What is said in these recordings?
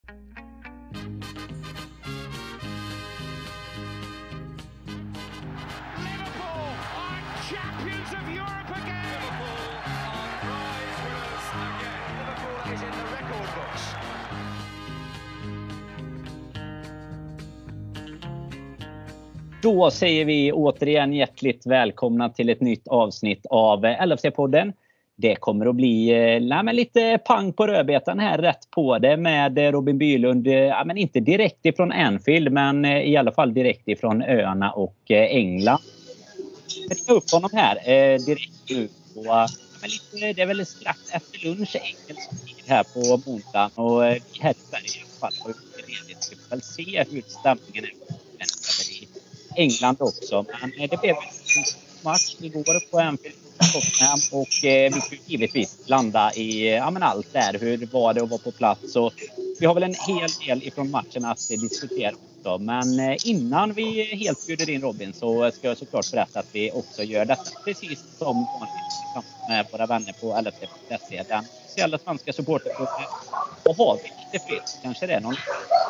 Då säger vi återigen hjärtligt välkomna till ett nytt avsnitt av LFC-podden. Det kommer att bli lite pang på rödbetan här, rätt på det, med Robin Bylund. Men inte direkt ifrån Anfield, men i alla fall direkt ifrån öarna och England. Jag tar upp honom här direkt nu. Det är väl strax efter lunch engelsk tid här på måndagen. Och här i Sverige i alla fall har vi redigt att se hur stämningen är i England också. Men det blev en match igår på Anfield och vi skulle givetvis landa i allt där. Hur var det att vara på plats? Och vi har väl en hel del ifrån matchen att diskutera också. Men innan vi helt bjuder in Robin så ska jag såklart berätta att vi också gör detta precis som vanligt med våra vänner på LFC.se. Den officiella svenska supporterklubben. Och har vi lite fler kanske det är någon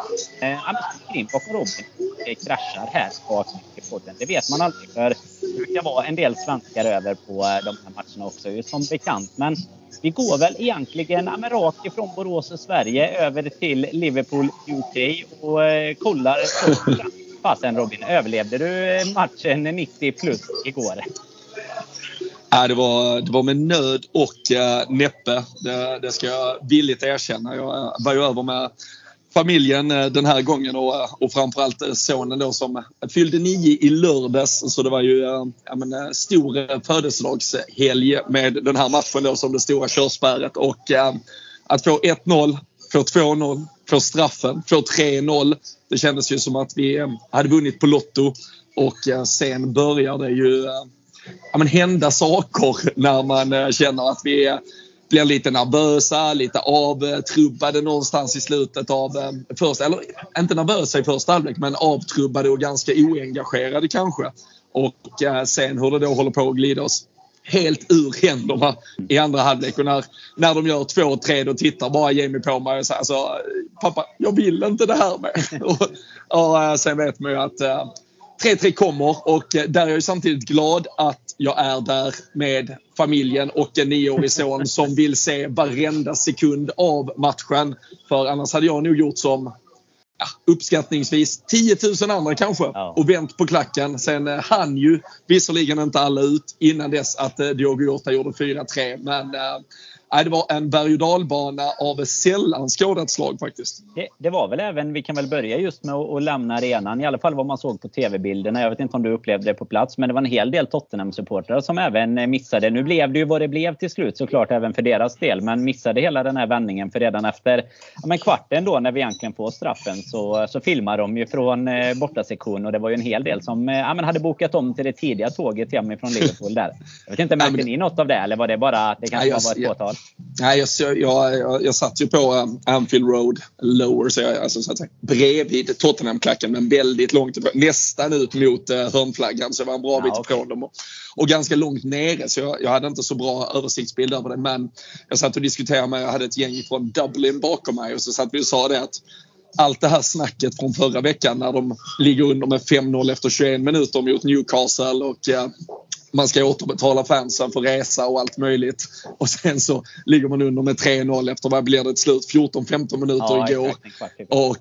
in bakom Robin kraschar här bak i podden. Det vet man aldrig, för det brukar vara en del svenskar över på de här matcherna också som bekant. Men vi går väl egentligen rakt ifrån Borås och Sverige över till Liverpool UK och kollar. Fasen Robin, överlevde du matchen 90 plus igår? Ja, det var med nöd och näppe. Det ska jag villigt erkänna. Jag var ju över med familjen den här gången och framförallt sonen då som fyllde 9 i lördags. Så det var ju stor födelsedagshelg med den här matchen då som det stora körspärret. Och att få 1-0, få 2-0, få straffen, få 3-0. Det kändes ju som att vi hade vunnit på Lotto. Och sen börjar det ju hända saker när man känner att vi blir lite nervösa, lite avtrubbade någonstans i slutet av första, eller inte nervösa i första halvlek, men avtrubbade och ganska oengagerade kanske. Och sen hur det då håller på att glida oss helt ur händerna i andra halvlek. Och när de gör 2-3 då tittar bara Jamie på mig och säger alltså, pappa, jag vill inte det här med. och sen vet man ju att 3-3 kommer, och där är jag samtidigt glad att jag är där med familjen och en 9-årig son som vill se varenda sekund av matchen. För annars hade jag nog gjort som uppskattningsvis 10 000 andra kanske och vänt på klacken. Sen hann ju visserligen inte alla ut innan dess att Diogo Jota gjorde 4-3. Men det var en berg- och dalbana av sällan skådat slag faktiskt. Det var väl även, vi kan väl börja just med att lämna arenan. I alla fall vad man såg på tv-bilderna. Jag vet inte om du upplevde det på plats, men det var en hel del Tottenham-supportrar som även missade. Nu blev det ju vad det blev till slut såklart även för deras del. Men missade hela den här vändningen, för redan efter kvarten då när vi egentligen får straffen så filmar de ju från bortasektion. Och det var ju en hel del som hade bokat om till det tidiga tåget hem från Liverpool där. Jag vet inte, märkte ni något av det? Eller var det bara att det kanske var ett påtal? Nej, jag satt ju på Anfield Road Lower, så jag så att säga bredvid Tottenham-klacken, men väldigt långt nästan ut mot hörnflaggan, så jag var en bra bit ifrån dem och ganska långt nere, så jag hade inte så bra översiktsbild över det. Men jag satt och diskuterade med, jag hade ett gäng från Dublin bakom mig, och så satt vi och sa det att allt det här snacket från förra veckan när de ligger under med 5-0 efter 21 minuter mot Newcastle, och man ska återbetala fansen för resa och allt möjligt. Och sen så ligger man under med 3-0 efter, vad blir det ett slut? 14-15 minuter igår. Exakt. Och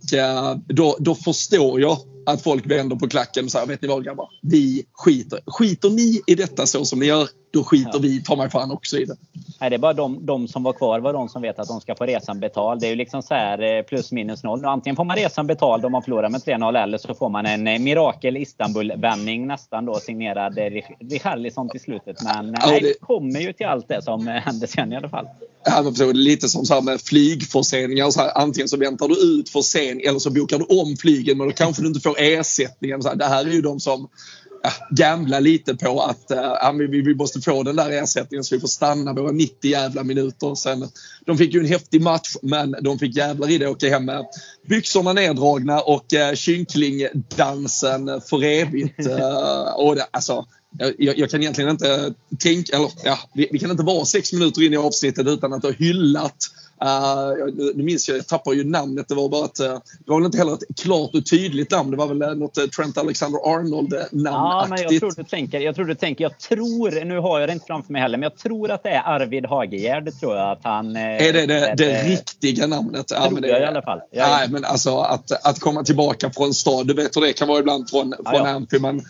då förstår jag att folk vänder på klacken och säger, vet ni vad grabbar? Vi skiter ni i detta så som ni gör, då skiter vi, tar mig fan också i det. Nej, det är bara de som var kvar var de som vet att de ska få resan betald. Det är ju liksom så här plus minus noll. Antingen får man resan betald om man förlorar med 3-0, eller så får man en mirakel Istanbul-vändning nästan då, signerad Richarlison till slutet. Men det kommer ju till allt det som hände sen i alla fall. Ja, men precis, lite som så här med flygförseningar. Så här, antingen så väntar du ut för sen eller så bokar du om flygen, men då kanske du inte får ersättningen. Så här, det här är ju de som gamblar lite på att vi måste få den där ersättningen så vi får stanna våra 90 jävla minuter. Sen, de fick ju en häftig match, men de fick jävlar i det, åka hem med byxorna neddragna och kycklingdansen för evigt. Och det, alltså, jag kan egentligen inte tänka, eller vi kan inte vara 6 minuter in i avsnittet utan att ha hyllat. Nu minns jag tappar ju namnet. Det var bara att det var väl inte heller ett klart och tydligt namn. Det var väl något Trent Alexander-Arnold namnaktigt. Ja, men jag tror du tänker, nu har jag det inte framför mig heller, men jag tror att det är Arvid Hagegärd, tror jag att han är det riktiga namnet. Ja, men det är i alla fall. Nej, men alltså att komma tillbaka från stad, du vet hur det kan vara ibland från Anfield. Men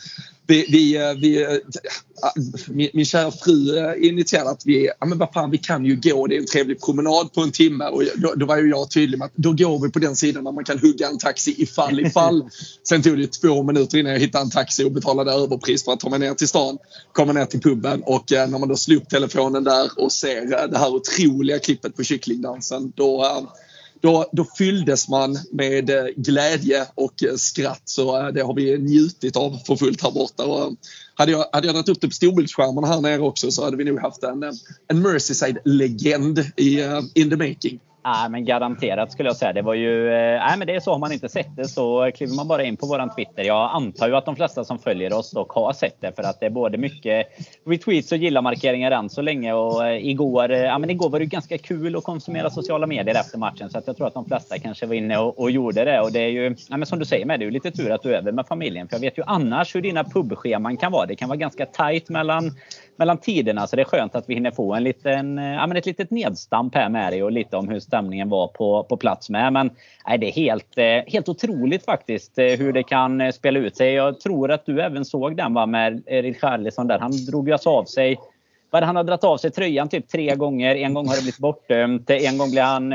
min kära fru initierade att men vad fan, vi kan ju gå, det är en trevlig promenad på en timme, och då var ju jag tydlig med att då går vi på den sidan där man kan hugga en taxi ifall. Sen tog det 2 minuter innan jag hittade en taxi och betalade överpris för att ta mig ner till stan, komma ner till puben, och när man då slår upp telefonen där och ser det här otroliga klippet på kycklingdansen, då fylldes man med glädje och skratt. Så det har vi njutit av för fullt här borta. Och hade jag dragit upp det på storbildsskärmarna här nere också, så hade vi nog haft en Merseyside-legend in the making. Nej, men garanterat skulle jag säga. Det var ju, men det är så, har man inte sett det så kliver man bara in på våran Twitter. Jag antar ju att de flesta som följer oss och har sett det, för att det är både mycket retweets och gilla-markeringar än så länge. Och igår var det ganska kul att konsumera sociala medier efter matchen, så att jag tror att de flesta kanske var inne och gjorde det. Och det är ju, men som du säger, det är ju lite tur att du är över med familjen, för jag vet ju annars hur dina pubscheman kan vara. Det kan vara ganska tajt mellan tiderna, så det är skönt att vi hinner få ett litet nedstamp här med dig och lite om hur stämningen var på plats med. Men det är helt otroligt faktiskt hur det kan spela ut sig. Jag tror att du även såg den med Richarlison där. Han drog ju av sig, han har dragit av sig tröjan typ 3 gånger. En gång har det blivit bortdömt. En gång blev han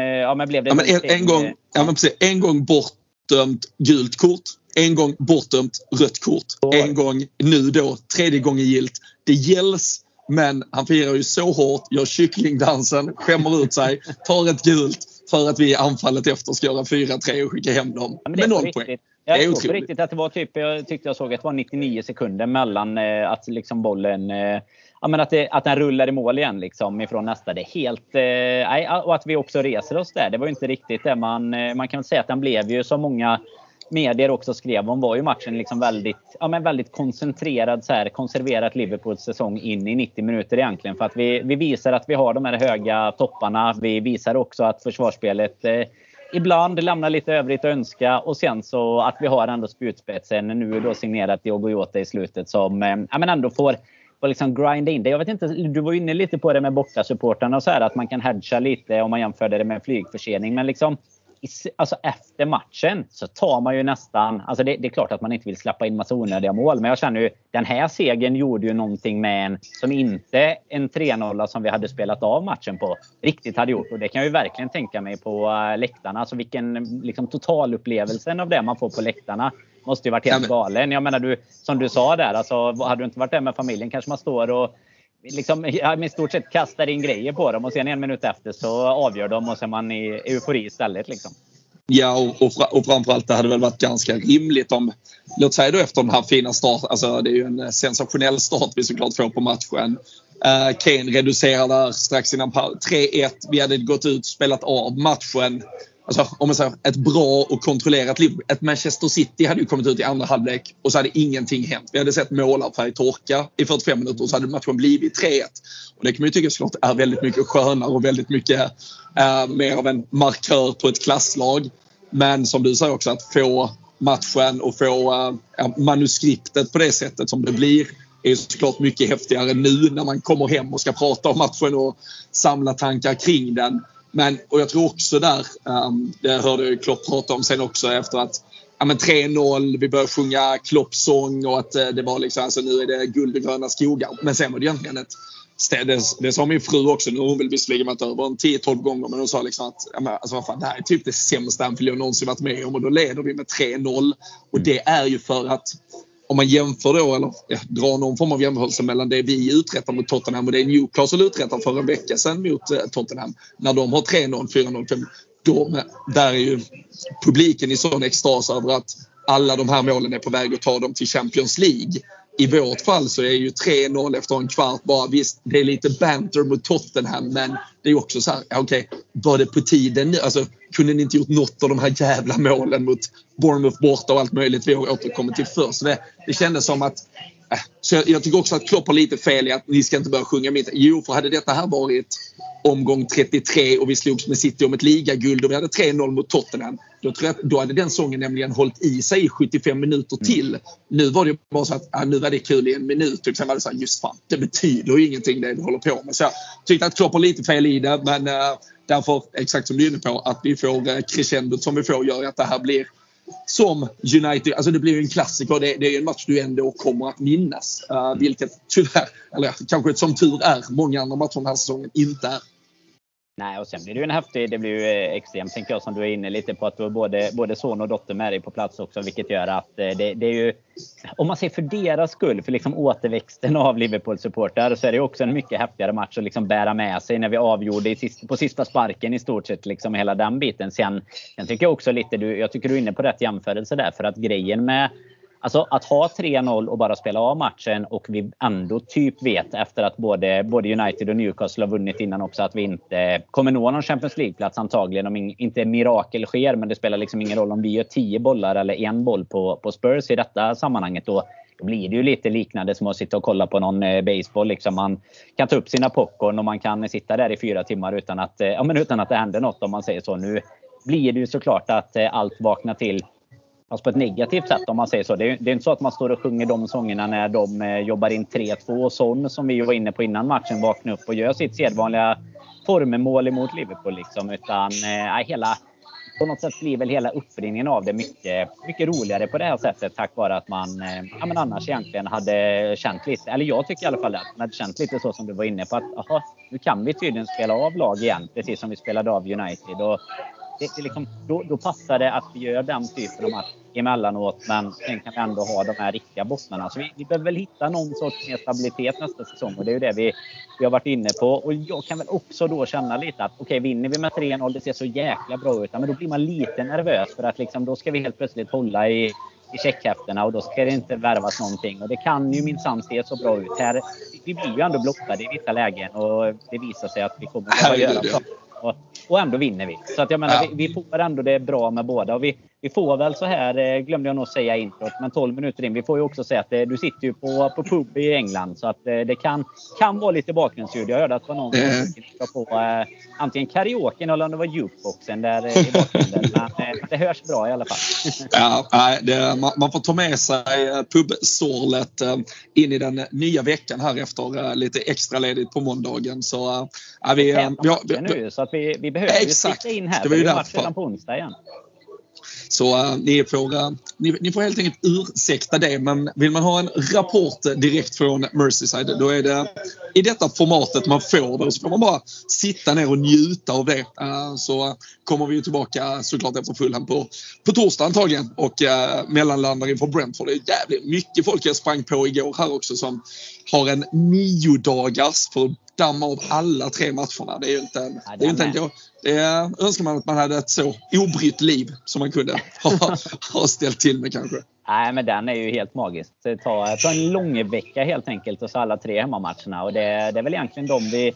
en gång bortdömt gult kort. En gång bortdömt rött kort. En gång nu då 3:e gången gilt. Det gälls, men han firar ju så hårt, gör kycklingdansen, skämmer ut sig, tar ett gult för att vi i anfallet efter ska göra 4-3 och skicka hem dem med 0 poäng. Jag såg på riktigt att det var jag tyckte jag såg att det var 99 sekunder mellan att liksom bollen att den rullar i mål igen liksom ifrån nästa. Det är helt och att vi också reser oss där. Det var ju inte riktigt det man kan säga att den blev ju, som många medier också skrev om, var ju matchen liksom väldigt koncentrerad, så här konserverat Liverpools säsong in i 90 minuter egentligen, för att vi visar att vi har de här höga topparna. Vi visar också att försvarsspelet ibland lämnar lite övrigt att önska, och sen så att vi har ändå spjutspetsen nu då signerat Diogo Jota i slutet som ändå får liksom grinda in det. Jag vet inte, du var inne lite på det med bortasupportarna och så här, att man kan hedga lite om man jämför det med flygförsening, men liksom efter matchen så tar man ju nästan, det är klart att man inte vill släppa in massa onödiga mål, men jag känner ju den här segern gjorde ju någonting med som inte en 3-0 som vi hade spelat av matchen på riktigt hade gjort, och det kan jag ju verkligen tänka mig på läktarna. Alltså vilken liksom totalupplevelsen av det man får på läktarna måste ju varit helt galen. Jag menar, som du sa där, hade du inte varit där med familjen kanske man står och liksom med stort sett kastar in grejer på dem, och sen 1 minut efter så avgör de, och så är man i eufori istället liksom. Ja, och framförallt det hade väl varit ganska rimligt om, låt säga då efter den här fina start, alltså det är ju en sensationell start vi såklart får på matchen. Kane reducerar där strax innan 3-1, vi hade gått ut, spelat av matchen. Alltså om man säger ett bra och kontrollerat liv. Ett Manchester City hade ju kommit ut i andra halvlek och så hade ingenting hänt. Vi hade sett målarfärg torka i 45 minuter och så hade matchen blivit 3-1. Och det kan man ju tycka såklart är väldigt mycket skönare och väldigt mycket mer av en markör på ett klasslag. Men som du säger också, att få matchen och få manuskriptet på det sättet som det blir är såklart mycket häftigare nu när man kommer hem och ska prata om matchen och samla tankar kring den. Och jag tror också där, det hörde jag Klopp prata om sen också efter att 3-0, vi började sjunga Klopp-sång och att det var liksom, alltså nu är det guld och gröna skogar. Men sen var det egentligen det sa min fru också, nu hon vill visserligen varit över 10-12 gånger, men hon sa liksom att vad fan, det här är typ det sämsta Anfield jag någonsin varit med om, och då leder vi med 3-0. Och det är ju för att om man jämför då, eller drar någon form av jämförelse mellan det vi uträttar mot Tottenham och det Newcastle uträttar för en vecka sedan mot Tottenham, när de har 3-0, 4-0, där är ju publiken i sån extas över att alla de här målen är på väg att ta dem till Champions League. I vårt fall så är ju 3-0 efter en kvart bara, visst det är lite banter mot Tottenham, men det är också så här, okej, var det på tiden nu? Alltså kunde ni inte gjort något av de här jävla målen mot Bournemouth borta och allt möjligt vi har återkommit till först? Det kändes som att Så jag tycker också att Klopp har lite fel i att ni ska inte börja sjunga mitt. Jo, för hade detta här varit omgång 33 och vi slogs med City om ett ligaguld och vi hade 3-0 mot Tottenham, då hade den sången nämligen hållit i sig i 75 minuter till. Nu var det bara så att nu var det kul i en minut och sen var det så här, just fan, det betyder ju ingenting det vi håller på med. Så jag tyckte att Klopp har lite fel i det, men därför, exakt som du är inne på, att vi får crescendot som vi får gör att det här blir som United, alltså det blir ju en klassiker, det är ju en match du ändå kommer att minnas, vilket tyvärr, eller kanske som tur är, många andra matcher den här säsongen inte är. Nej, och sen blir det ju en häftig, det blir ju extremt, tänker jag, som du är inne lite på, att du har både son och dotter med dig på plats också, vilket gör att det är ju, om man ser för deras skull, för liksom återväxten av Liverpool-supporter, så är det också en mycket häftigare match att liksom bära med sig när vi avgjorde på sista sparken i stort sett, liksom hela den biten. Sen tycker jag också lite, jag tycker du är inne på rätt jämförelse där, för att grejen med alltså att ha 3-0 och bara spela av matchen, och vi ändå typ vet efter att både United och Newcastle har vunnit innan också att vi inte kommer nå någon Champions League-plats antagligen, om inte mirakel sker, men det spelar liksom ingen roll om vi gör 10 bollar eller en boll på Spurs i detta sammanhanget. Då blir det ju lite liknande som att sitta och kolla på någon baseball. Liksom man kan ta upp sina popcorn och man kan sitta där i 4 timmar utan att det händer något, om man säger så. Nu blir det ju såklart att allt vaknar till, alltså på ett negativt sätt, om man säger så. Det är inte så att man står och sjunger de sångerna när de jobbar in 3-2 och sån, som vi var inne på innan matchen, vaknar upp och gör sitt sedvanliga formemål emot Liverpool liksom, utan hela, på något sätt blir väl hela uppringningen av det mycket, mycket roligare på det här sättet, tack vare att man men annars egentligen hade känt lite, eller jag tycker i alla fall att man hade känt lite så som du var inne på, att nu kan vi tydligen spela av lag igen, precis som vi spelade av United, och det liksom, då passar det att vi gör den typen av match emellanåt, men sen kan vi ändå ha de här riktiga bottnarna. Så vi behöver väl hitta någon sorts mer stabilitet nästa säsong, och det är ju det vi har varit inne på. Och jag kan väl också då känna lite att okej, vinner vi med 3-0, det ser så jäkla bra ut, men då blir man lite nervös, för att liksom, då ska vi helt plötsligt hålla i checkhäftena och då ska det inte värvas någonting. Och det kan ju minsann se så bra ut. Här, vi blir ju ändå blottade i vissa lägen, och det visar sig att vi kommer att göra så. Och ändå vinner vi. Så att jag menar, vi får ändå det bra med båda. Och vi får väl så här, glömde jag nog säga introt, men 12 minuter in. Vi får ju också säga att du sitter ju på pub i England. Så att det kan vara lite bakgrundsljud. Jag hörde att det var någon som sitter på antingen karaoke eller om det var jukeboxen där i bakgrunden. Men det hörs bra i alla fall. Man får ta med sig pubsorlet in i den nya veckan här efter lite extra ledigt på mången. Så nu, så att vi behöver ju sitta in här. Det är ju match redan på onsdag igen. Så ni får helt enkelt ursäkta det, men vill man ha en rapport direkt från Merseyside, då är det i detta formatet man får det, och så får man bara sitta ner och njuta av det. Så kommer vi ju tillbaka såklart efter Fulham på torsdag antagligen, och mellanlandar inför Brentford. Det är jävligt mycket folk jag sprang på igår här också som har en 9 dagars för att damma av alla 3 matcherna. Det är ju inte det önskar man att man hade ett så obrytt liv som man kunde ha ställt till med kanske. Nej, men den är ju helt magisk. Ta en lång vecka helt enkelt, och så alla 3 hemmamatcherna. Och det är väl egentligen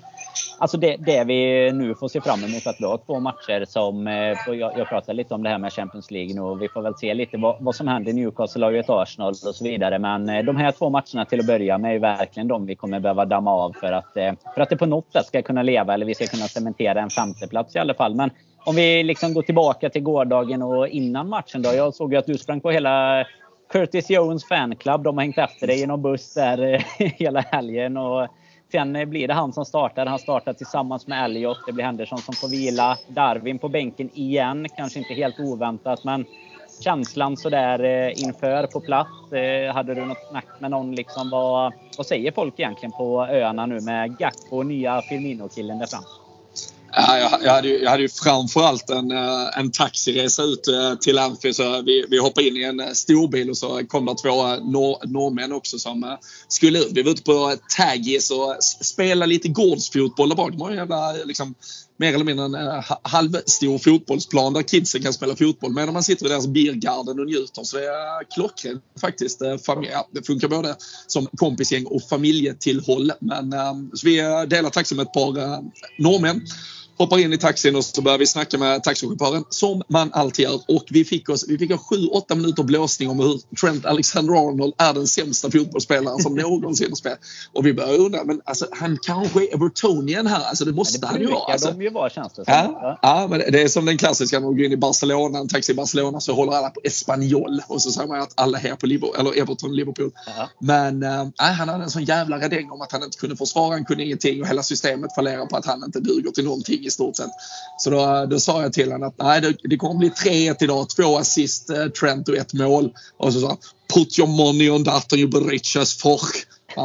det vi nu får se fram emot, att vi har 2 matcher som, jag pratade lite om det här med Champions League nu, och vi får väl se lite vad som händer i Newcastle och ett Arsenal och så vidare. Men de här 2 matcherna till att börja med är ju verkligen de vi kommer behöva damma av för att det på något sätt ska kunna leva, eller vi ska kunna cementera en 5:e plats i alla fall. Men om vi liksom går tillbaka till gårdagen och innan matchen då. Jag såg ju att du sprang på hela Curtis Jones fanclub. De har hängt efter dig i någon buss där hela helgen. Och sen blir det han som startar. Han startar tillsammans med Elliot. Det blir Henderson som får vila. Darwin på bänken igen. Kanske inte helt oväntat, men känslan så där inför på plats. Hade du något snack med någon liksom? Vad säger folk egentligen på öarna nu med Gakpo och nya Firmino-killen där fram? Jag hade ju framförallt en taxiresa ut till Anfield, så vi hoppade in i en storbil, och så kom det 2 norrmän också som skulle ut. Vi var ute på Taggis och spela lite gårdsfotboll där bak. De har ju jävla liksom mer eller mindre en halvstor fotbollsplan där kidsen kan spela fotboll, medan man sitter i deras beergarden och njuter. Så det är klockrent faktiskt. Det funkar både som kompisgäng och familjetillhåll. Men så vi delar taxi med ett par norrmän. hoppar in i taxin och så börjar vi snacka med taxichauffören som man alltid gör. Och vi fick 7-8 minuter blåsning om hur Trent Alexander-Arnold är den sämsta fotbollsspelaren som någonsin spelat. Och vi börjar undra, men alltså, han kanske är Evertonian här. Alltså det måste han ju vara. Alltså, de ju vara, känns det som. Ja, men det är som den klassiska när man går in i Barcelona, en taxi i Barcelona, så håller alla på Espanyol. Och så säger man att alla är på Everton-Liverpool. Men han hade en sån jävla redäng om att han inte kunde försvara, han kunde ingenting och hela systemet fallerar på att han inte duger till någonting i stort sett. Så då sa jag till honom att det kommer bli 3-1 idag, 2 assist, Trent och 1 mål. Och så sa han, put your money on that and you be rich as fuck.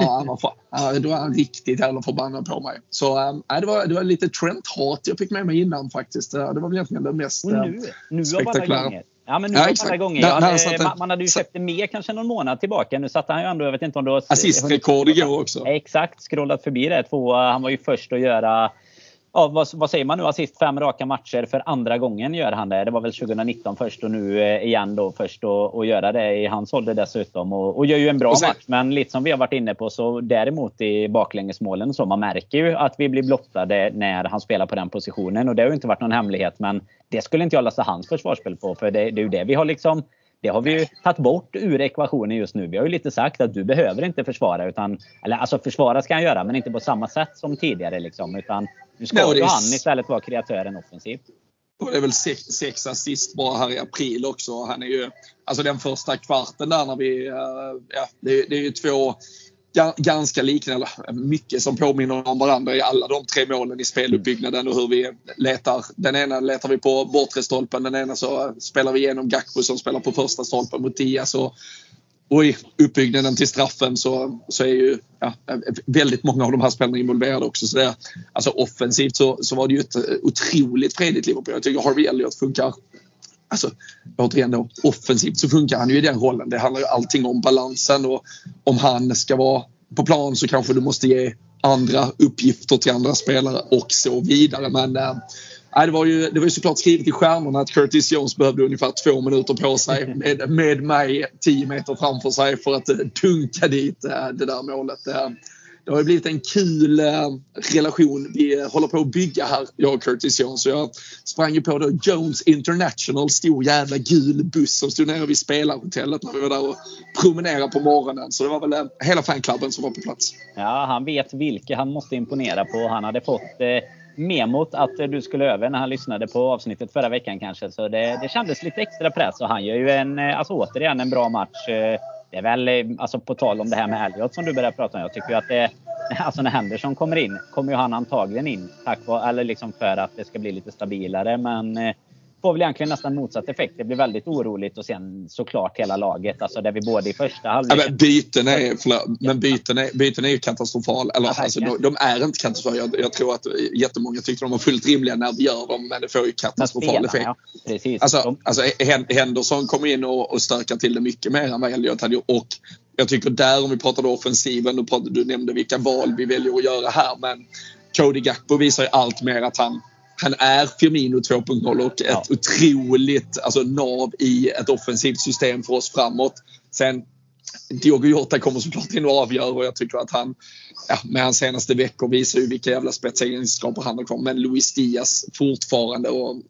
Då var han riktigt jävla förbannad på mig. Så det var lite Trent-hat jag fick med mig innan faktiskt. Det var väl egentligen det mest spektakulära. Ja, men nu var alla gånger. Man hade ju köpt det mer kanske någon månad tillbaka. Nu satt han ju ändå, jag vet inte om du har... Assistrekord igår också. Exakt, scrollat förbi det. Han var ju först att göra... Ja, vad säger man nu? Assist 5 raka matcher för andra gången gör han det. Det var väl 2019 först och nu igen då först att göra det i hans ålder dessutom. Och gör ju en bra match. Men lite som vi har varit inne på så däremot i baklängesmålen så man märker ju att vi blir blottade när han spelar på den positionen. Och det har ju inte varit någon hemlighet, men det skulle inte jag lasta hans försvarsspel på. För det är ju det vi har liksom... Det har vi ju tagit bort ur ekvationen just nu. Vi har ju lite sagt att du behöver inte försvara utan... Eller alltså försvara ska han göra men inte på samma sätt som tidigare liksom. Utan nu ska han istället vara kreatören offensivt. Och det är väl 6 assist bara här i april också. Han är ju... Alltså den första kvarten där när vi... det är ju 2... ganska liknande, mycket som påminner om varandra i alla de 3 målen i speluppbyggnaden och hur vi letar. Den ena letar vi på bortre stolpen, den ena så spelar vi igenom Gakpo som spelar på första stolpen mot Diaz och i uppbyggnaden till straffen så är ju väldigt många av de här spelarna involverade också. Så det, alltså offensivt så var det ju ett otroligt fredligt Liverpool. Jag tycker Harvey Elliott funkar. Alltså, återigen då, offensivt så funkar han ju i den rollen. Det handlar ju allting om balansen och om han ska vara på plan så kanske du måste ge andra uppgifter till andra spelare och så vidare. Men det var ju såklart skrivet i stjärnorna att Curtis Jones behövde ungefär 2 minuter på sig med mig 10 meter framför sig för att dunka dit det där målet. Det har blivit en kul relation vi håller på att bygga här, jag och Curtis Jones. Så jag sprang ju på då Jones International, stor jävla gul buss som stod nere vid spelarhotellet när vi var där och promenerade på morgonen. Så det var väl hela fanklubben som var på plats. Ja, han vet vilka han måste imponera på. Han hade fått memot att du skulle över när han lyssnade på avsnittet förra veckan kanske. Så det kändes lite extra press och han gör ju återigen en bra match. Det är väl, alltså på tal om det här med Elliot som du började prata om. Jag tycker ju att alltså när Henderson kommer in, kommer ju han antagligen in eller liksom för att det ska bli lite stabilare. Men får väl egentligen nästan motsatt effekt. Det blir väldigt oroligt och sen såklart hela laget. Alltså där vi både i första halvlek... Ja, byten är ju katastrofal. Eller, alltså, de är inte katastrofala. Jag tror att jättemånga tyckte de var fullt rimliga när vi gör dem. Men det får ju katastrofal effekt. Ja, precis. Alltså Henderson kommer in och stärkar till det mycket mer än vad Elliot hade. Och jag tycker där, om vi pratade offensiven, du nämnde vilka val vi väljer att göra här. Men Cody Gakpo visar ju allt mer att han är Firmino 2.0 och ett otroligt nav i ett offensivt system för oss framåt. Sen Diogo Jota kommer såklart in och avgör och jag tycker att han med hans senaste veckor visar ju vilka jävla spetsegenskaper han har kvar. Men Luis Diaz fortfarande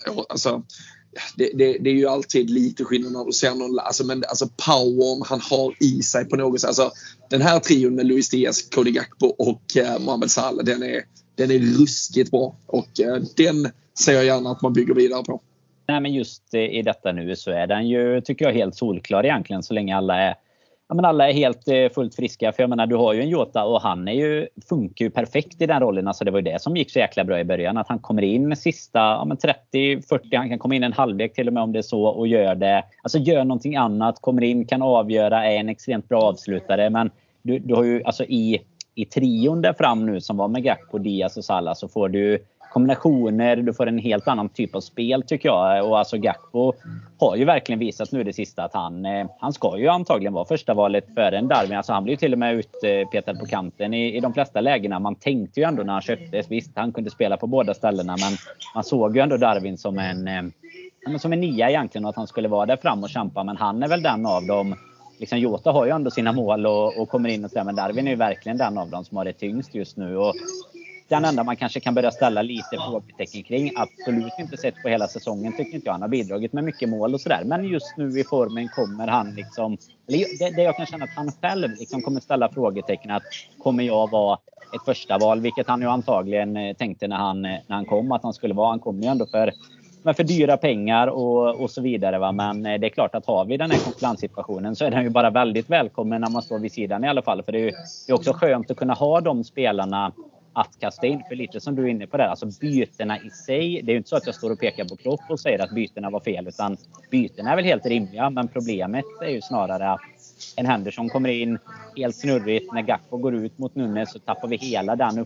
det är ju alltid lite skillnad när du ser någon, powern han har i sig på något sätt. Alltså, den här trion med Luis Diaz, Cody Gakpo och Mohamed Salah, den är ruskigt bra och den ser jag gärna att man bygger vidare på. Nej, men just i detta nu så är den ju, tycker jag, helt solklar egentligen så länge alla är helt fullt friska. För jag menar, du har ju en Jota och han funkar ju perfekt i den rollen. Alltså det var ju det som gick så jäkla bra i början. Att han kommer in sista 30-40, han kan komma in en halvlek till och med om det är så och gör det. Alltså gör någonting annat, kommer in, kan avgöra, är en extremt bra avslutare. Men du har ju i trion där fram nu som var med Gakpo, Diaz och Salah så får du kombinationer, du får en helt annan typ av spel tycker jag. Och alltså Gakpo har ju verkligen visat nu det sista att han ska ju antagligen vara första valet för en Darwin. Alltså han blir ju till och med utpetad på kanten i de flesta lägena. Man tänkte ju ändå när han köptes, visst han kunde spela på båda ställena, men man såg ju ändå Darwin som en nia egentligen och att han skulle vara där fram och kämpa. Men han är väl den av dem. Liksom Jota har ju ändå sina mål och kommer in och sådär, men Darwin är ju verkligen den av dem som har det tyngst just nu. Och den enda man kanske kan börja ställa lite frågetecken kring. Absolut inte sett på hela säsongen tycker inte jag. Han har bidragit med mycket mål och sådär. Men just nu i formen kommer han liksom... Det jag kan känna att han själv liksom kommer ställa frågetecken att kommer jag vara ett första val, vilket han ju antagligen tänkte när han kom att han skulle vara. Han kommer ju ändå för dyra pengar och så vidare. Va? Men det är klart att har vi den här konkurrenssituationen så är den ju bara väldigt välkommen när man står vid sidan i alla fall. För det är också skönt att kunna ha de spelarna att kasta in. För lite som du är inne på där, alltså bytena i sig. Det är ju inte så att jag står och pekar på Klopp och säger att bytena var fel. Utan bytena är väl helt rimliga. Men problemet är ju snarare att en Henderson kommer in helt snurrigt. När Gakpo går ut mot Nunes så tappar vi hela den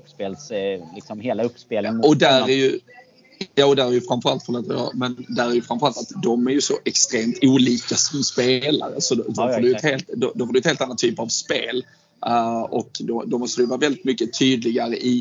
hela uppspelen. Och där är ju... Ja, och där är ju framförallt men där är ju framförallt att de är ju så extremt olika som spelare. Så då får du ett helt annat typ av spel. Och då måste du vara väldigt mycket tydligare i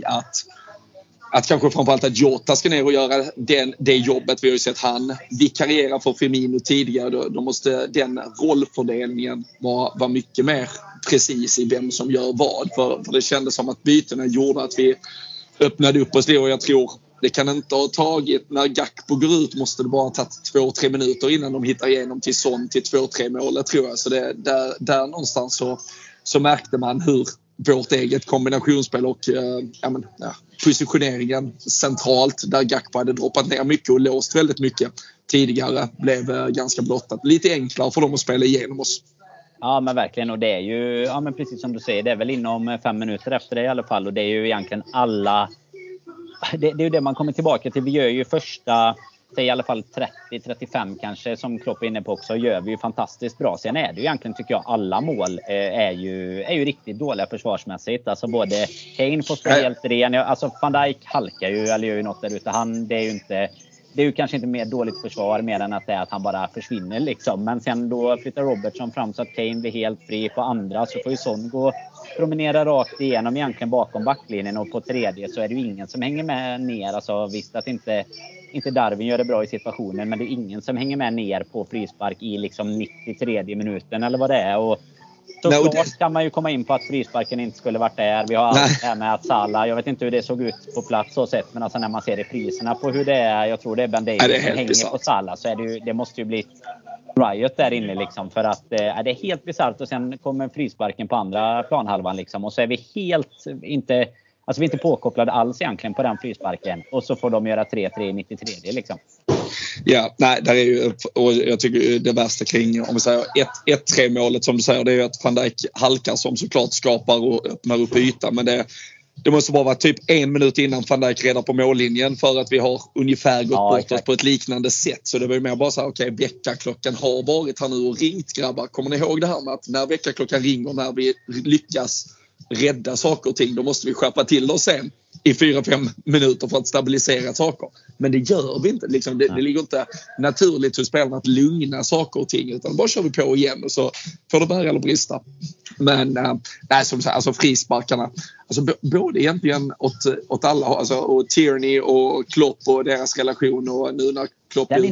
att kanske framförallt att Jota ska ner och göra det jobbet. Vi har ju sett han vikariera för Firmino tidigare. Då måste den rollfördelningen vara mycket mer precis i vem som gör vad. För det kändes som att bytena gjorde att vi öppnade upp oss det, och jag tror det kan inte ha tagit, när Gakpo går ut måste det bara ha tagit 2-3 minuter innan de hittar igenom till 2-3 mål, tror jag. Så där någonstans så märkte man hur vårt eget kombinationsspel och positioneringen centralt, där Gakpo hade droppat ner mycket och låst väldigt mycket tidigare, blev ganska blottat. Lite enklare för dem att spela igenom oss. Ja men verkligen, och det är ju men precis som du säger, det är väl inom 5 minuter efter det i alla fall, och det är ju egentligen alla det är ju det man kommer tillbaka till. Vi gör ju första, i alla fall 30-35 kanske, som Klopp är inne på också, gör vi ju fantastiskt bra. Sen är det ju egentligen, tycker jag, alla mål är ju riktigt dåliga försvarsmässigt. Alltså både Kane får stå helt ren, alltså Van Dijk halkar ju eller gör ju något där ute. Det är ju kanske inte mer dåligt försvar mer än att det är att han bara försvinner liksom. Men sen då flyttar Robertson fram så att Kane blir helt fri. På andra så får ju Son gå promenera rakt igenom egentligen bakom backlinjen. Och på tredje så är det ju ingen som hänger med ner. Alltså visst att inte Darwin gör det bra i situationen, men det är ingen som hänger med ner på frispark i liksom 93 minuten eller vad det är. Och såklart kan man ju komma in på att frisparken inte skulle varit där. Vi har allt det här med att Salah, jag vet inte hur det såg ut på plats så sett, men alltså när man ser repriserna på hur det är, jag tror det är Ben Davies som hänger bizarrt på Salah, så är det måste ju bli riot där inne liksom, för att det är helt bizarrt. Och sen kommer frisparken på andra planhalvan liksom, och så är vi helt inte, alltså vi är inte påkopplade alls egentligen på den frisparken, och så får de göra 3-3 i 93 liksom. Ja, nej, där är ju, och jag tycker det värsta kring, om vi säger 1-3 målet som du säger, det är ju att Van Dijk halkar som såklart skapar och öppnar upp ytan, men det måste bara vara typ 1 minut innan Van Dijk redar på mållinjen, för att vi har ungefär gått bort på ett liknande sätt. Så det var ju mer bara så här, okej, väckarklockan har varit här nu och ringt, grabbar. Kommer ni ihåg det här med att när väckarklockan ringer, när vi lyckas rädda saker och ting, då måste vi skärpa till oss sen i 4-5 minuter för att stabilisera saker. Men det gör vi inte. Liksom, det ligger inte naturligt hos spelarna att lugna saker och ting, utan bara kör vi på igen och så får det bära eller brista. Men som sagt, alltså frisparkarna, alltså både egentligen åt alla, alltså, och Tierney och Klopp och deras relation, och nu när Klopp den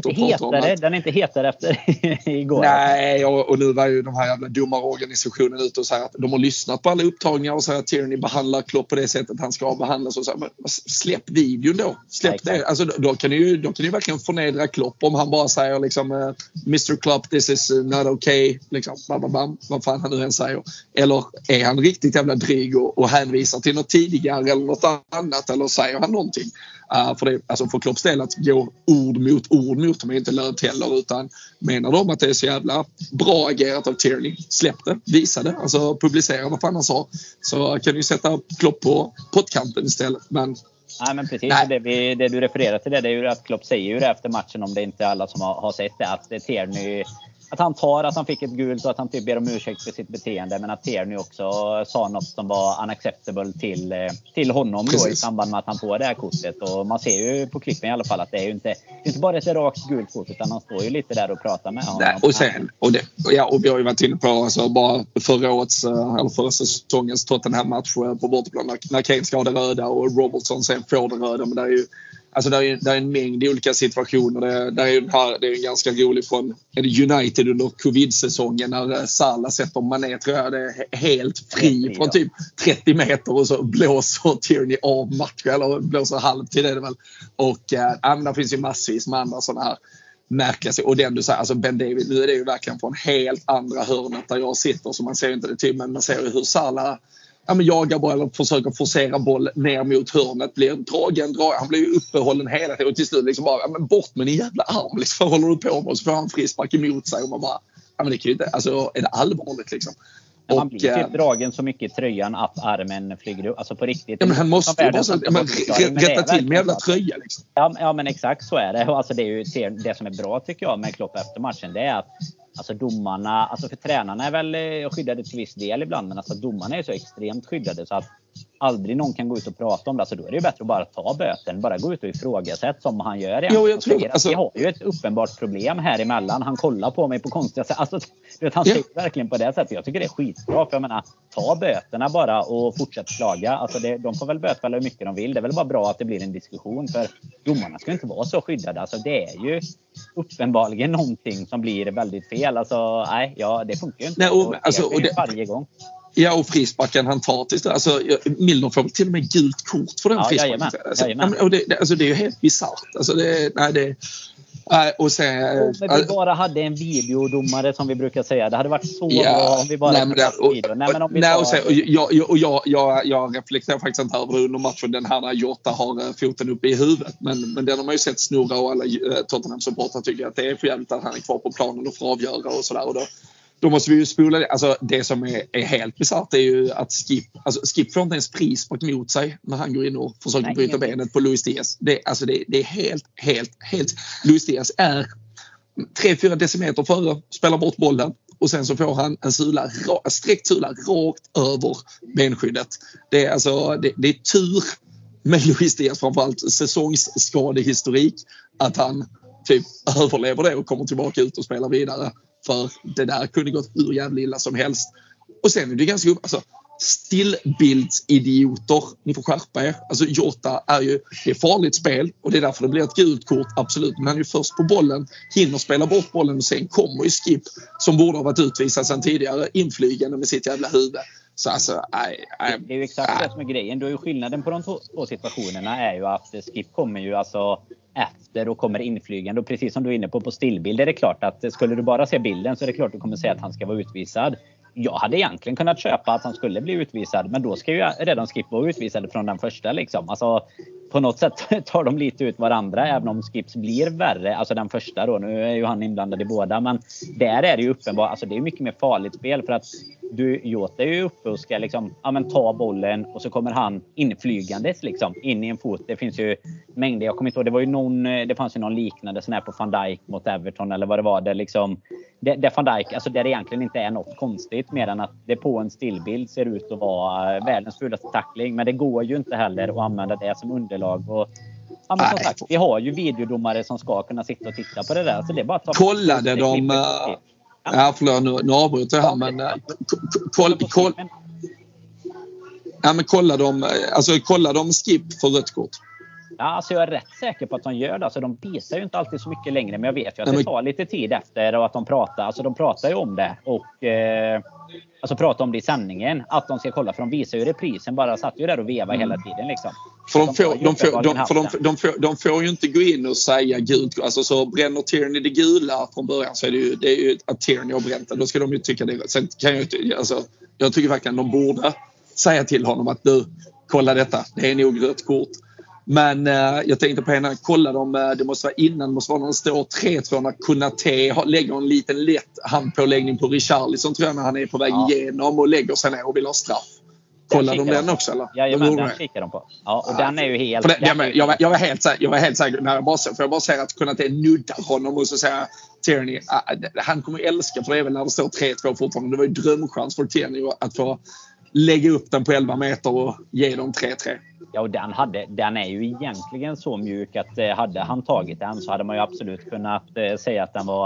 är inte hetare efter igår. Nej, och nu var ju de här jävla domarorganisationen ute och säger att de har lyssnat på alla upptagningar och säger att Tierney behandlar Klopp på det sättet han ska behandlas, och så men släpp videon då. Släpp det. Alltså då kan ju verkligen förnedra Klopp om han bara säger liksom Mr. Klopp, this is not okay, liksom bam, vad fan han nu än säger. Eller är han riktigt jävla dryg och hänvisar till något tidigare eller något annat, eller säger han någonting? För det, alltså för Klopps del att gå ord mot dem är inte lönt heller, utan menar de att det är så jävla bra agerat av Tierney, släpp det, visa det, alltså publicera vad fan han sa, så kan du sätta Klopp på pottkanten istället. Men nej, men precis. Det du refererar till det är ju att Klopp säger ju det efter matchen, om det inte är alla som har sett det, att Tierney, att han tar att han fick ett gult och att han typ ber om ursäkt för sitt beteende, men att Tierney också sa något som var unacceptable till honom då, i samband med att han får det här kortet. Och man ser ju på klippen i alla fall att det är ju inte bara ett rakt gult kort, utan han står ju lite där och pratar med honom. Nej, och sen och vi har ju varit inne på alltså, bara förra säsongens Tottenham-match på bortaplan när Kane ska ha det röda och Robertson sen får det röda, men det är ju alltså det är en mängd olika situationer. Det är en ganska rolig från United under covid-säsongen när Salah sätter Mané, tror jag, det är helt fri från typ 30 meter och så blåser Tierney av matchen, eller blåser halvtid är det väl. Och det finns ju massvis med andra sådana här märkliga. Och den du säger, alltså Ben David, nu är det ju verkligen från helt andra hörnet där jag sitter, så man ser inte det till, men man ser ju hur Salah jagar boll eller försöker forcera boll ner mot hörnet, blir dragen, han blir ju uppehållen hela tiden och till slut liksom bara, bort med din jävla arm liksom, vad håller du på med? Och så får han frispark emot sig och man bara, men det kan ju inte, alltså är det allvarligt liksom? Men man blir typ dragen så mycket i tröjan att armen flyger upp, alltså på riktigt. Ja, men han måste ju rätta till med jävla tröja liksom. Ja, men exakt så är det. Alltså det är ju det som är bra tycker jag med Klopp efter matchen, det är att alltså domarna, alltså för tränarna är väl skyddade till viss del ibland, men alltså domarna är så extremt skyddade så att aldrig någon kan gå ut och prata om det. Alltså då är det ju bättre att bara ta böten, bara gå ut och ifrågasätta som han gör. Jag tror, alltså, vi har ju ett uppenbart problem här emellan. Han kollar på mig på konstiga sätt. Alltså, han säger verkligen på det sättet. Jag tycker det är skitbra. För jag menar, ta böterna bara och fortsätt klaga. Alltså de får väl bötfälla hur mycket de vill. Det är väl bara bra att det blir en diskussion. För domarna ska inte vara så skyddade. Alltså det är ju uppenbarligen någonting som blir väldigt fel. Alltså det funkar ju inte. Nej, och det varje gång. Ja, och frisparken han tar till alltså Milner får till och med gult kort för den frisparken. Alltså det är ju helt bizarrt. Alltså och sen om vi bara hade en videodomare som vi brukar säga. Det hade varit så bra om vi bara jag reflekterar faktiskt inte över det under matchen. Den här när Jota har foten uppe i huvudet. Men den har man ju sett snurra och alla Tottenham-supportrar tycker att det är för jävligt att han är kvar på planen och får avgöra och sådär. Och då måste vi ju spola det. Alltså det som är helt bizarrt är ju att Skip får inte ens frispark mot sig när han går in och försöker bryta benet på Luis Diaz. Det är helt Luis Diaz är 3-4 decimeter före, spelar bort bollen och sen så får han en sträckt sula rakt över benskyddet. Det är tur med Luis Diaz, framförallt säsongsskadehistorik, att han typ överlever det och kommer tillbaka ut och spelar vidare. För det där kunde gått hur jävla illa som helst. Och sen är det ganska stillbildsidioter. Ni får skärpa er. Alltså Jota det är farligt spel och det är därför det blir ett gult kort, absolut. Men han är ju först på bollen, hinner spela bort bollen och sen kommer ju Skip, som borde ha varit utvisad sedan tidigare, inflygande med sitt jävla huvud. Så alltså, det är ju exakt det som är grejen. Då är ju skillnaden på de två situationerna är ju att Skip kommer ju alltså efter och kommer inflygande, och precis som du är inne på stillbild är det klart att skulle du bara se bilden så är det klart att du kommer säga att han ska vara utvisad. Jag hade egentligen kunnat köpa att han skulle bli utvisad, men då ska ju redan Skip vara utvisad från den första liksom. Alltså på något sätt tar de lite ut varandra, även om Skips blir värre, alltså den första då, nu är ju han inblandad i båda, men där är det ju uppenbart, alltså det är mycket mer farligt spel för att Jota är ju uppe och ska liksom, ta bollen och så kommer han inflygandes liksom, in i en fot. Det finns ju mängder, jag kommer inte ihåg, det fanns ju någon liknande sån här på Van Dijk mot Everton eller vad det var, där liksom, där Van Dijk, alltså där det egentligen inte är något konstigt mer än att det på en stillbild ser ut att vara världens fulaste tackling, men det går ju inte heller att använda det som underlag. Och men som sagt, vi har ju videodomare som ska kunna sitta och titta på det där, så det är bara att kollade de nu avbryter jag här, men kolla de Skip för rött kort. Ja, alltså jag är rätt säker på att de gör det. Alltså de visar ju inte alltid så mycket längre, men jag vet ju att det tar lite tid efter och att de pratar. Alltså de pratar ju om det och pratar om det i sändningen att de ska kolla, för de visar ju reprisen, bara satt ju där och veva hela tiden liksom. För de får ju inte gå in och säga gult. Alltså så bränner Tierney det gula från början, så är det är ju att Tierney har bränt det. Då ska de ju tycka det. Sen kan jag tycker verkligen de borde säga till honom att du, kolla detta, det är nog rött kort. Men jag tänkte på henne, kolla dem, det måste vara innan, det måste vara när det står 3-2 när Konaté lägger en liten lätt handpåläggning på Richarlison, tror jag, när han är på väg igenom och lägger sig ner och vill ha straff. Kollar de den också eller? Ja, den kikar de på. Ja, och den är ju helt... Jag var helt säker när jag bara säger att Konaté nuddar honom och så säger Tierney, han kommer älska, för det är väl när det står 3-2 fortfarande. Det var ju drömchans för Tierney att få lägga upp den på 11 meter och ge dem 3-3. Ja, och den är ju egentligen så mjuk att hade han tagit den så hade man ju absolut kunnat säga att den var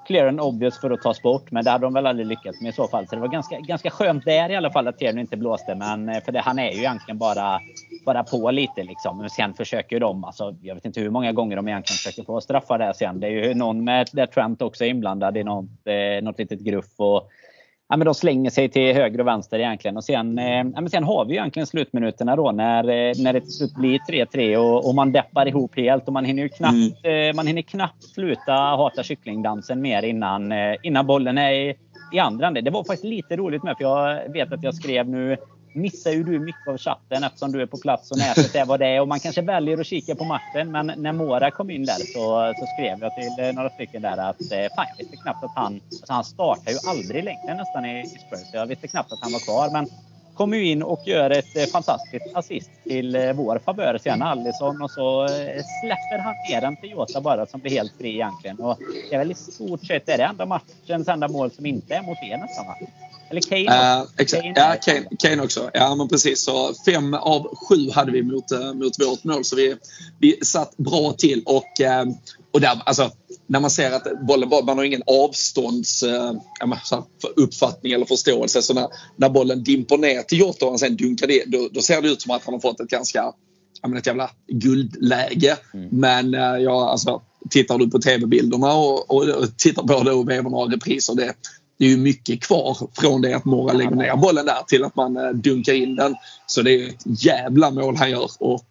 clear and obvious för att ta bort, men det hade de väl aldrig lyckats med i så fall. Så det var ganska skönt där i alla fall att Tierney inte blåste, men för det, han är ju egentligen bara på lite liksom. Men sen försöker ju de, alltså jag vet inte hur många gånger de egentligen försöker få straffa där sen. Det är ju någon med där Trent också är inblandad i något litet gruff, och ja, men de slänger sig till höger och vänster egentligen. Och sen har vi ju egentligen slutminuterna då när det till slut blir 3-3 och man deppar ihop helt, och man hinner knappt sluta hata kycklingdansen mer innan bollen är i andra ände. Det var faktiskt lite roligt med, för jag vet att jag skrev, nu missar ju du mycket av chatten eftersom du är på plats och nätet är vad det är, och man kanske väljer att kika på matchen, men när Mora kom in där så skrev jag till några stycken där att fan, jag visste knappt att han startar ju aldrig längre nästan i Spurs. Jag visste knappt att han var kvar, men kommer ju in och gör ett fantastiskt assist till vår favör sen, Alisson, och så släpper han ner den till Jota bara, som blir helt fri egentligen. Och det är väl i stort sett det enda matchens enda mål som inte är mot er nästan, va? Eller Kane? Kane också. Ja, men precis. Så 5 av 7 hade vi mot vårt mål. Så vi satt bra till. Och där, alltså, när man ser att bollen man har ingen avstånds uppfattning eller förståelse. Så när bollen dimper ner till Jota och han sen dunkar det, då ser det ut som att han har fått ett jävla guldläge. Men tittar du på tv-bilderna och tittar på det och vevar några repriser, det är ju mycket kvar från det att Mora lägger ner bollen där till att man dunkar in den. Så det är ett jävla mål han gör. Och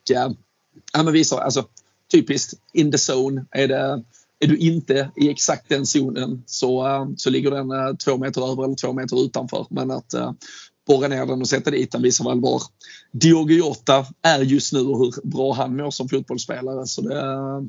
typiskt in the zone. Är du inte i exakt den zonen så ligger den 2 meter över eller 2 meter utanför. Men att borra ner den och sätta dit den visar väl var Diogo Jota är just nu och hur bra han mår som fotbollsspelare. Så det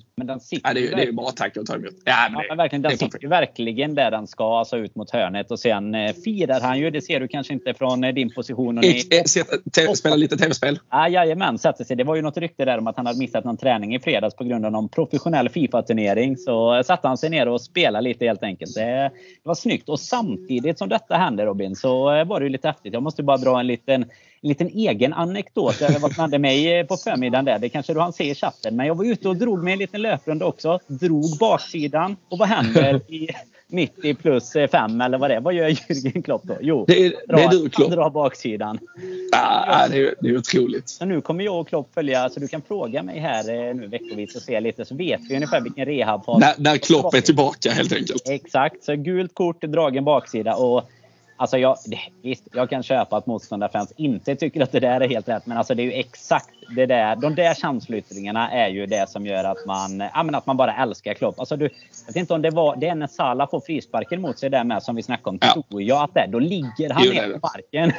är ju bara tack och ta emot. Men verkligen, den sitter ju verkligen där den ska, alltså ut mot hörnet, och sen firar han ju, det ser du kanske inte från din position. Spela lite tv-spel. Jajamän, sätter sig. Det var ju något rykte där om att han hade missat någon träning i fredags på grund av någon professionell FIFA-turnering, så satte han sig ner och spelade lite helt enkelt. Det var snyggt, och samtidigt som detta hände, Robin, så var det ju lite häftigt. Jag måste bara dra en liten egen anekdot över vad som hände mig på förmiddagen där. Det kanske du han ser i chatten. Men jag var ute och drog med en liten löprunda också. Drog baksidan. Och vad händer i 90 plus 5 eller vad det är? Vad gör Jürgen Klopp då? Jo, det är du, Klopp. Dra baksidan. Det är otroligt. Så nu kommer jag och Klopp följa. Så du kan fråga mig här nu veckovis och se lite, så vet vi ungefär vilken rehab har. När Klopp är tillbaka helt enkelt. Exakt. Så gult kort, dragen baksida, och alltså jag kan köpa att motståndarfans inte tycker att det där är helt rätt. Men alltså det är ju exakt det där. De där chansyttringarna är ju det som gör att man bara älskar Klopp. Alltså jag vet inte om det är när Salah får frisparken mot sig där med, som vi snackade om. Ja. Tror jag att då ligger han ner på marken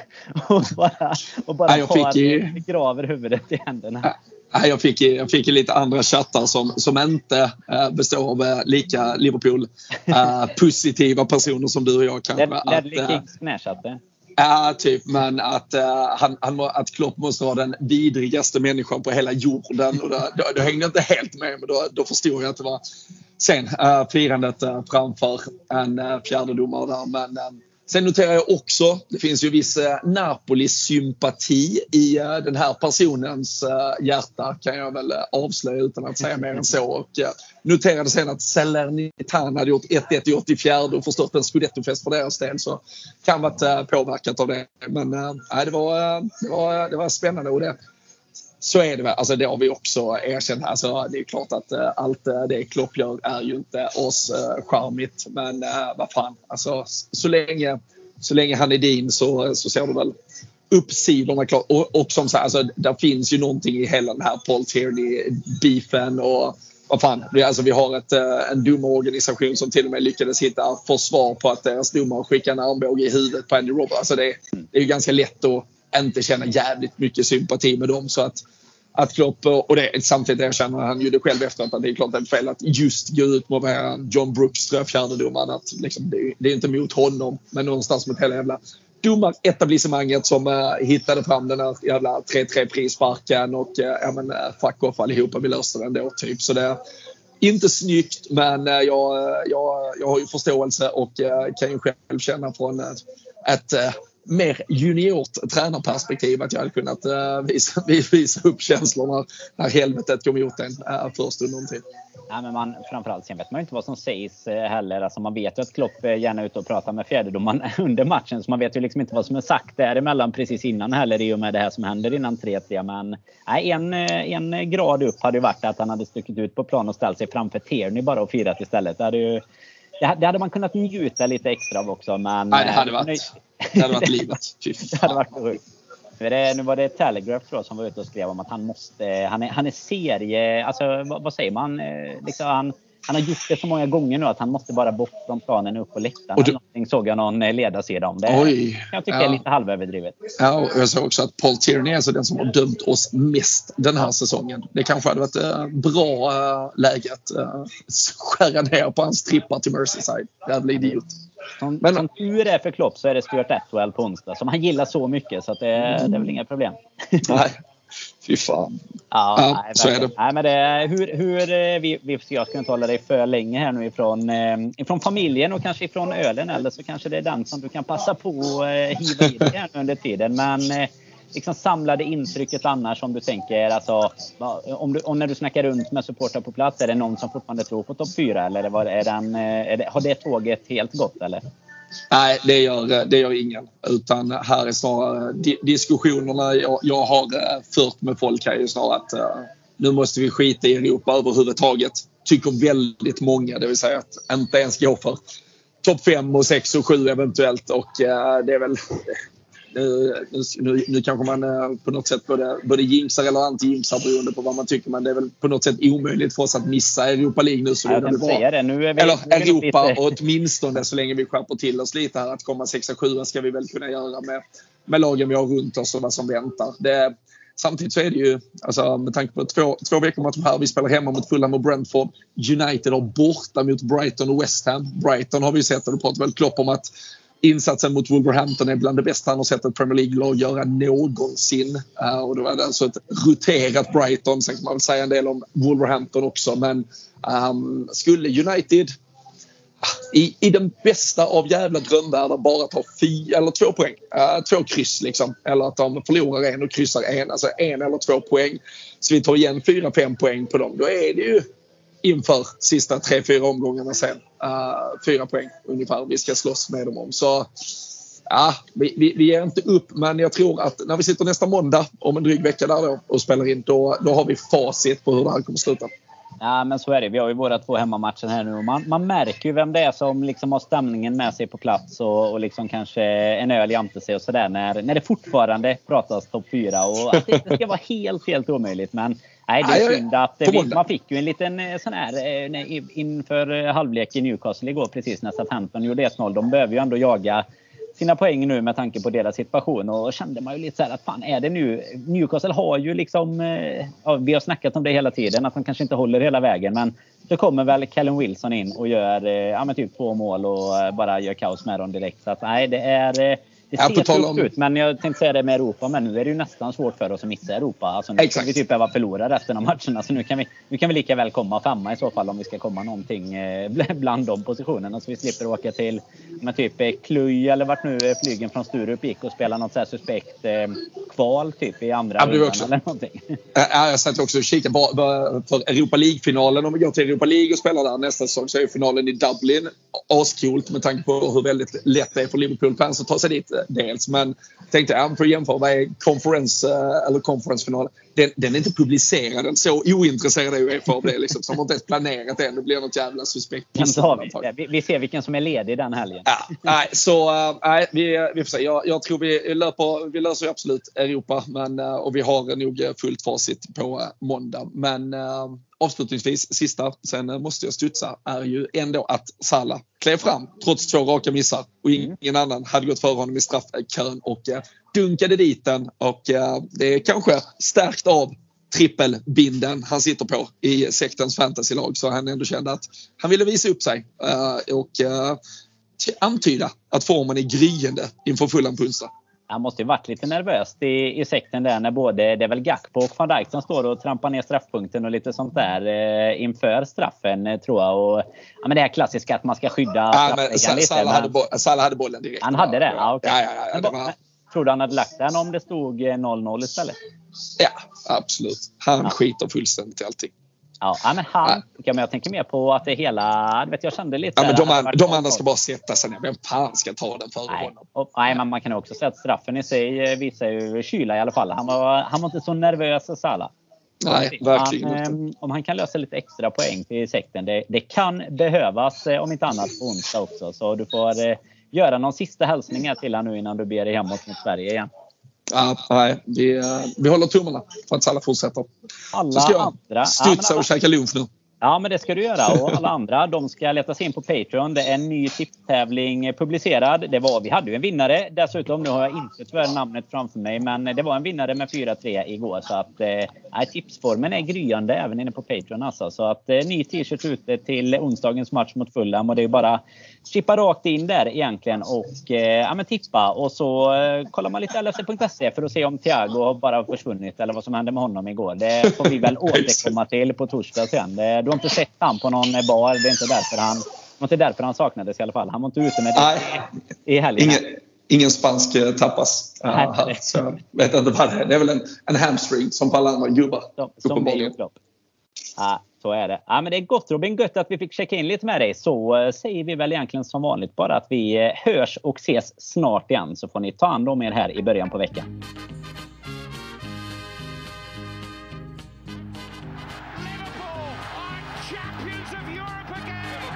och bara graver huvudet i händerna. Jag fick lite andra chattar som inte består av lika Liverpool positiva personer som du och jag kanske. Ledley Kings knächatte. Ja, typ, men att Klopp måste vara den vidrigaste människan på hela jorden, och då hängde jag inte helt med, men då förstod jag att det var sen firandet framför en fjärde domare där. Men sen noterar jag också, det finns ju viss Napoli-sympati i den här personens hjärta, kan jag väl avslöja utan att säga mer än så. Och noterade sen att Salernitana hade gjort 1-1 i 84 och förstört en Scudetto-fest för deras del, så kan vara påverkat av det. Men det var spännande, och det. Så är det väl. Alltså det har vi också erkänt. Alltså det är klart att allt det Klopp gör är ju inte oss charmigt. Men vad fan. Alltså så länge han är din så ser du väl uppsidorna klart. Och som sagt, alltså där finns ju någonting i hela den här Paul Tierney-beefen och vad fan. Alltså vi har en domarorganisation som till och med lyckades hitta försvar på att deras domare skickar en armbåge i huvudet på Andy Roberts. Alltså det är ju ganska lätt att inte känna jävligt mycket sympati med dem, så att Klopp, och det samtidigt erkänner han ju det själv efter att det är klart att det är fel att just gå ut med John Brooks fjärdedomaren, att liksom, det är inte mot honom, men någonstans mot hela jävla domaretablissemanget som hittade fram den här jävla 3-3 prissparken och fuck off allihopa, vi löste den då typ. Så det är inte snyggt, men jag har ju förståelse och kan ju själv känna från ett mer juniort tränarperspektiv att jag hade kunnat visa upp känslorna när helvetet kom gjort en först under en tid. Ja, men framförallt sen vet man ju inte vad som sägs heller. Alltså man vet ju att Klopp är gärna ute och pratar med fjärdedomaren under matchen. Så man vet ju liksom inte vad som är sagt däremellan precis innan heller i och med det här som händer innan 3-3. Men en grad upp hade ju varit att han hade stuckit ut på plan och ställt sig framför Tierney bara och firat istället. Det hade man kunnat njuta lite extra av också. Men, nej, det hade varit livet. Det hade varit sjukt. Nu var det Telegraph tror jag, som var ute och skrev om att han är serie, alltså vad säger man, liksom han har gjort det så många gånger nu att han måste bara bort från planen upp på läktaren. Och såg jag någon ledarsida om det. Jag tycker det är lite halvöverdrivet. Ja, och jag såg också att Paul Tierney är alltså den som har dömt oss mest den här säsongen. Det kanske hade varit bra läge att skära ner på hans trippar till Merseyside. Det hade blivit idiot. Som tur är för Klopp så är det Stuart Atwell på onsdag som han gillar så mycket så att det är väl inga problem. Nej, fy fan. Ja, så är det. Nej, men jag ska inte hålla dig för länge här nu ifrån familjen och kanske ifrån ölen, eller så kanske det är den som du kan passa på att hiva i dig här under tiden. Men liksom samlade intrycket annars, om du tänker alltså, om när du snackar runt med supportrar på plats, är det någon som fortfarande tror på topp 4 eller har det tåget helt gått eller? Nej, det gör ingen, utan här är snarare diskussionerna jag har fört med folk här är snarare att nu måste vi skita i Europa överhuvudtaget, tycker väldigt många, det vill säga att inte ens gå för topp 5 och 6 och 7 eventuellt, och det är väl nu kanske man på något sätt både jinxar eller anti-jinxar beroende på vad man tycker, men det är väl på något sätt omöjligt för oss att missa Europa League nu, så jag kan säga det. Nu är vi, eller Europa lite... och åtminstone så länge vi skärper till oss lite här, att komma 6-7 ska vi väl kunna göra med lagen vi har runt oss och vad som väntar. Samtidigt så är det ju, alltså, med tanke på två veckor match här, vi spelar hemma mot Fulham och Brentford, United har borta mot Brighton och West Ham. Brighton har vi sett, och du pratar väl Klopp om att insatsen mot Wolverhampton är bland det bästa han har sett ett Premier League-lag göra någonsin. Och det var alltså ett roterat Brighton. Sen kan man väl säga en del om Wolverhampton också. Men skulle United i den bästa av jävla drömvärldar bara ta 2 poäng, 2 kryss liksom, eller att de förlorar en och kryssar en, alltså 1 eller 2 poäng, så vi tar igen 4-5 poäng på dem, då är det ju inför sista 3-4 omgångarna sen 4 poäng ungefär vi ska slåss med dem om. Så ja, vi ger inte upp, men jag tror att när vi sitter nästa måndag om en dryg vecka där då och spelar in, då har vi facit på hur det här kommer sluta. Ja, men så är det. Vi har ju våra 2 hemmamatcher här nu. Man märker ju vem det är som liksom har stämningen med sig på plats och liksom kanske en öl jämte sig och sådär när det fortfarande pratas topp 4 och att det ska vara helt omöjligt. Men nej, det är synd att man fick ju en liten sån här inför halvlek i Newcastle igår, precis när Southampton gjorde 1-0. De behöver ju ändå jaga sina poäng nu med tanke på deras situation, och kände man ju lite så här att fan är det nu, Newcastle har ju liksom vi har snackat om det hela tiden att man kanske inte håller hela vägen, men så kommer väl Callum Wilson in och gör typ 2 mål och bara gör kaos med dem direkt, så att nej, det ser tufft ut, men jag tänkte säga det med Europa, men nu är det ju nästan svårt för oss att missa Europa. Alltså nu kan vi typ behöva förlora resten av matcherna, så nu kan vi lika väl komma 5 i så fall, om vi ska komma någonting bland de positionerna, så vi slipper åka till med typ Kluj eller vart nu flygen från Sturup gick och spela något så här suspekt kval typ i andra rundan eller någonting. Jag satt också och kikade för Europa League-finalen. Om vi går till Europa League och spelar där nästa säsong, så är finalen i Dublin ascoolt med tanke på hur väldigt lätt det är för Liverpool-fans att ta sig dit dels. Men tänkte för att jämföra, vad är conference-final? Den är inte publicerad, den så ointresserad är UEFA av det liksom, som har inte ens planerat det. Det blir något jävla suspekt. Vi ser vilken som är ledig den helgen. Vi får se. Jag tror vi löser absolut Europa, men, och vi har nog fullt facit på måndag. Men avslutningsvis, sista, sen måste jag studsa, är ju ändå att Salah klev fram trots 2 raka missar och ingen annan hade gått för honom i straffkön och dunkade dit den, och det är kanske stärkt av trippelbinden han sitter på i sektens fantasylag, så han ändå kände att han ville visa upp sig och antyda att formen är gryende inför Fulham på onsdag. Han måste ju varit lite nervös i sekten där när både, det är väl Gakpo och Van Dijk som står och trampar ner straffpunkten och lite sånt där inför straffen, tror jag. Och, ja, men det här klassiska att man ska skydda Salah hade bollen direkt. Han hade det? Ja, okay. Ja, tror du han hade lagt den om det stod 0-0 istället? Ja, absolut. Han skiter fullständigt i allting. Ja, men men jag tänker mer på att det hela, jag kände lite... Ja, men de andra ska bara sätta sig ner. Vem fan ska ta den före honom? Nej, men man kan också säga att straffen i sig visar ju kyla i alla fall. Han var inte så nervös, Salah. Nej, verkligen inte. Om han kan lösa lite extra poäng till sekten, det kan behövas om inte annat på onsdag också. Så du får göra någon sista hälsning till han nu innan du ber dig hemåt mot Sverige igen. Ja, nej, vi håller tummarna för att alla fortsätter. Alla så ska jag andra studsa och käka lunch nu. Ja, men det ska du göra. Och alla andra, de ska leta sig in på Patreon. Det är en ny tipstävling publicerad. Vi hade ju en vinnare. Dessutom, nu har jag inte tyvärr namnet framför mig. Men det var en vinnare med 4-3 igår. Så att tipsformen är gryande även inne på Patreon. Alltså. Så att ny t-shirt ute till onsdagens match mot Fulham. Och det är bara chippa rakt in där egentligen. Och tippa. Och så kollar man lite LFC.se för att se om Thiago har bara försvunnit. Eller vad som hände med honom igår. Det får vi väl återkomma till på torsdag sen. Du har inte sett han på någon bar. Det är inte därför han saknades i alla fall. Han var inte ute med det i helgen. Ingen spansk tapas. Så jag vet inte vad det är. Det är väl en hamstring som på alla andra gubbar. Som så är det. Ja, men det är gott, Robin. Gött att vi fick checka in lite med dig. Så säger vi väl egentligen som vanligt bara att vi hörs och ses snart igen. Så får ni ta hand om er här i början på veckan. Champions of Europe again!